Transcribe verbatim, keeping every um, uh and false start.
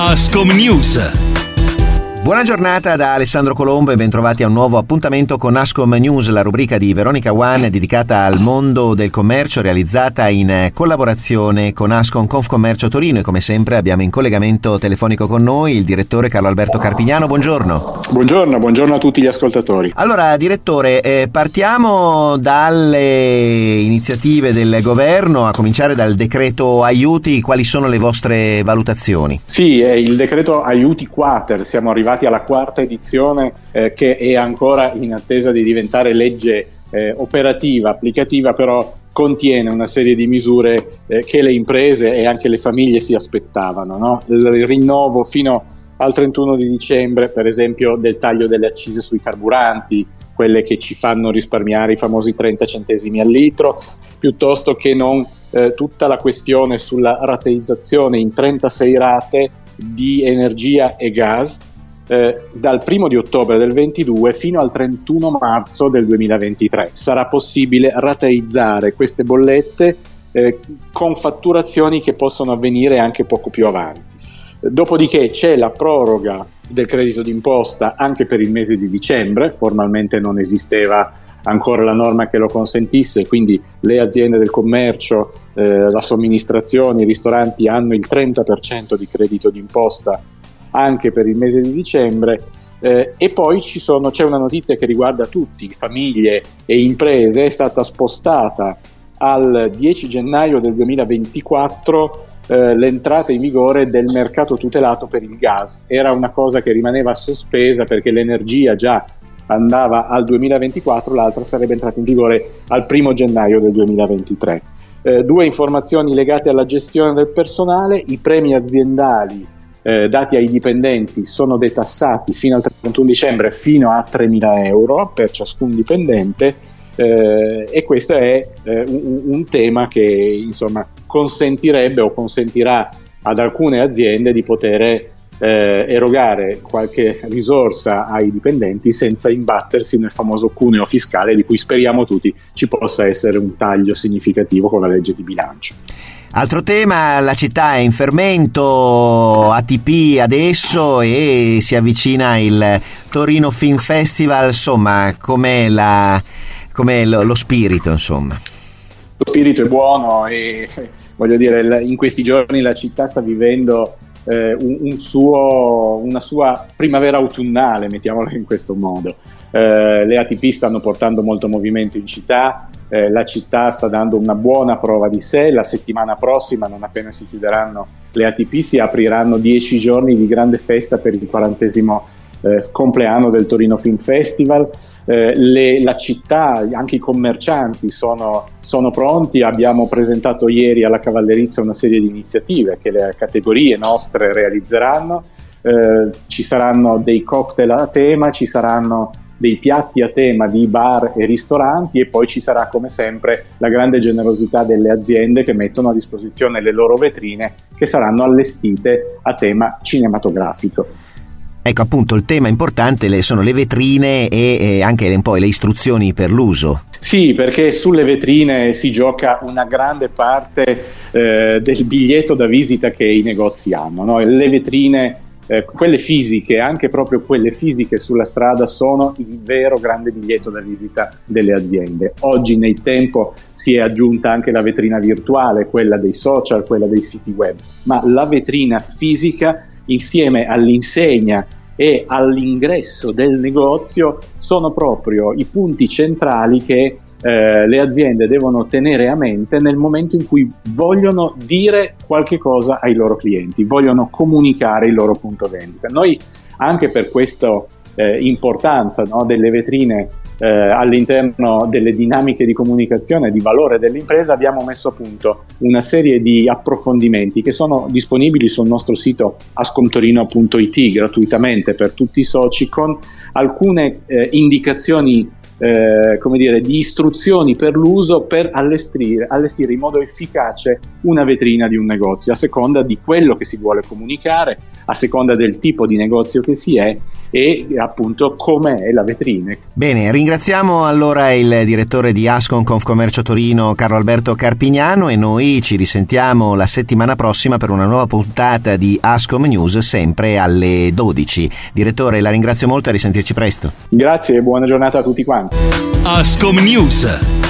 Ascom News. Buona giornata da Alessandro Colombo e bentrovati a un nuovo appuntamento con Ascom News, la rubrica di Veronica One dedicata al mondo del commercio, realizzata in collaborazione con Ascom Confcommercio Torino, e come sempre abbiamo in collegamento telefonico con noi il direttore Carlo Alberto Carpignano. Buongiorno. Buongiorno, buongiorno a tutti gli ascoltatori. Allora, direttore, eh, partiamo dalle iniziative del governo, a cominciare dal decreto aiuti. Quali sono le vostre valutazioni? Sì, è il decreto aiuti quater, siamo arrivati alla quarta edizione eh, che è ancora in attesa di diventare legge eh, operativa, applicativa, però contiene una serie di misure eh, che le imprese e anche le famiglie si aspettavano, no? Il rinnovo fino al trentuno di dicembre, per esempio, del taglio delle accise sui carburanti, quelle che ci fanno risparmiare i famosi trenta centesimi al litro, piuttosto che non eh, tutta la questione sulla rateizzazione in trentasei rate di energia e gas, Eh, dal primo di ottobre del ventidue fino al trentuno marzo del duemilaventitré. Sarà possibile rateizzare queste bollette eh, con fatturazioni che possono avvenire anche poco più avanti. Dopodiché c'è la proroga del credito d'imposta anche per il mese di dicembre. Formalmente non esisteva ancora la norma che lo consentisse, quindi le aziende del commercio, eh, la somministrazione, i ristoranti hanno il trenta per cento di credito d'imposta anche per il mese di dicembre. Eh, e poi ci sono, c'è una notizia che riguarda tutti, famiglie e imprese. È stata spostata al dieci gennaio del duemilaventiquattro eh, l'entrata in vigore del mercato tutelato per il gas. Era una cosa che rimaneva sospesa perché l'energia già andava al duemilaventiquattro, l'altra sarebbe entrata in vigore al primo gennaio del duemilaventitré. Eh, due informazioni legate alla gestione del personale: i premi aziendali Eh, dati ai dipendenti sono detassati fino al trentuno dicembre fino a tremila euro per ciascun dipendente, eh, e questo è eh, un, un tema che insomma consentirebbe o consentirà ad alcune aziende di poter eh, erogare qualche risorsa ai dipendenti senza imbattersi nel famoso cuneo fiscale di cui speriamo tutti ci possa essere un taglio significativo con la legge di bilancio. Altro tema: la città è in fermento, A T P adesso, e si avvicina il Torino Film Festival. Insomma, com'è, la, com'è lo, lo spirito, insomma? Lo spirito è buono e voglio dire, in questi giorni la città sta vivendo eh, un, un suo, una sua primavera autunnale, mettiamola in questo modo. Eh, le A T P stanno portando molto movimento in città, eh, la città sta dando una buona prova di sé. La settimana prossima, non appena si chiuderanno le A T P, si apriranno dieci giorni di grande festa per il quarantesimo eh, compleanno del Torino Film Festival. Eh, le, la città, anche i commercianti sono, sono pronti. Abbiamo presentato ieri alla Cavallerizza una serie di iniziative che le categorie nostre realizzeranno. Eh, ci saranno dei cocktail a tema, ci saranno dei piatti a tema di bar e ristoranti, e poi ci sarà come sempre la grande generosità delle aziende che mettono a disposizione le loro vetrine, che saranno allestite a tema cinematografico. Ecco, appunto, il tema importante sono le vetrine e, e anche un po' le istruzioni per l'uso. Sì, perché sulle vetrine si gioca una grande parte eh, del biglietto da visita che i negozi hanno, no? Le vetrine, Eh, quelle fisiche, anche proprio quelle fisiche sulla strada, sono il vero grande biglietto da visita delle aziende. Oggi nel tempo si è aggiunta anche la vetrina virtuale, quella dei social, quella dei siti web, ma la vetrina fisica insieme all'insegna e all'ingresso del negozio sono proprio i punti centrali che Eh, le aziende devono tenere a mente nel momento in cui vogliono dire qualche cosa ai loro clienti, vogliono comunicare il loro punto vendita. Noi, anche per questa eh, importanza, no, delle vetrine eh, all'interno delle dinamiche di comunicazione e di valore dell'impresa, abbiamo messo a punto una serie di approfondimenti che sono disponibili sul nostro sito ascomtorino punto it gratuitamente per tutti i soci, con alcune eh, indicazioni eh, come dire, di istruzioni per l'uso per allestire, allestire in modo efficace una vetrina di un negozio, a seconda di quello che si vuole comunicare, a seconda del tipo di negozio che si è e appunto com'è la vetrina. Bene, ringraziamo allora il direttore di Ascom Confcommercio Torino, Carlo Alberto Carpignano, e noi ci risentiamo la settimana prossima per una nuova puntata di Ascom News, sempre alle dodici. Direttore, la ringrazio molto e a risentirci presto. Grazie e buona giornata a tutti quanti. Ascom News.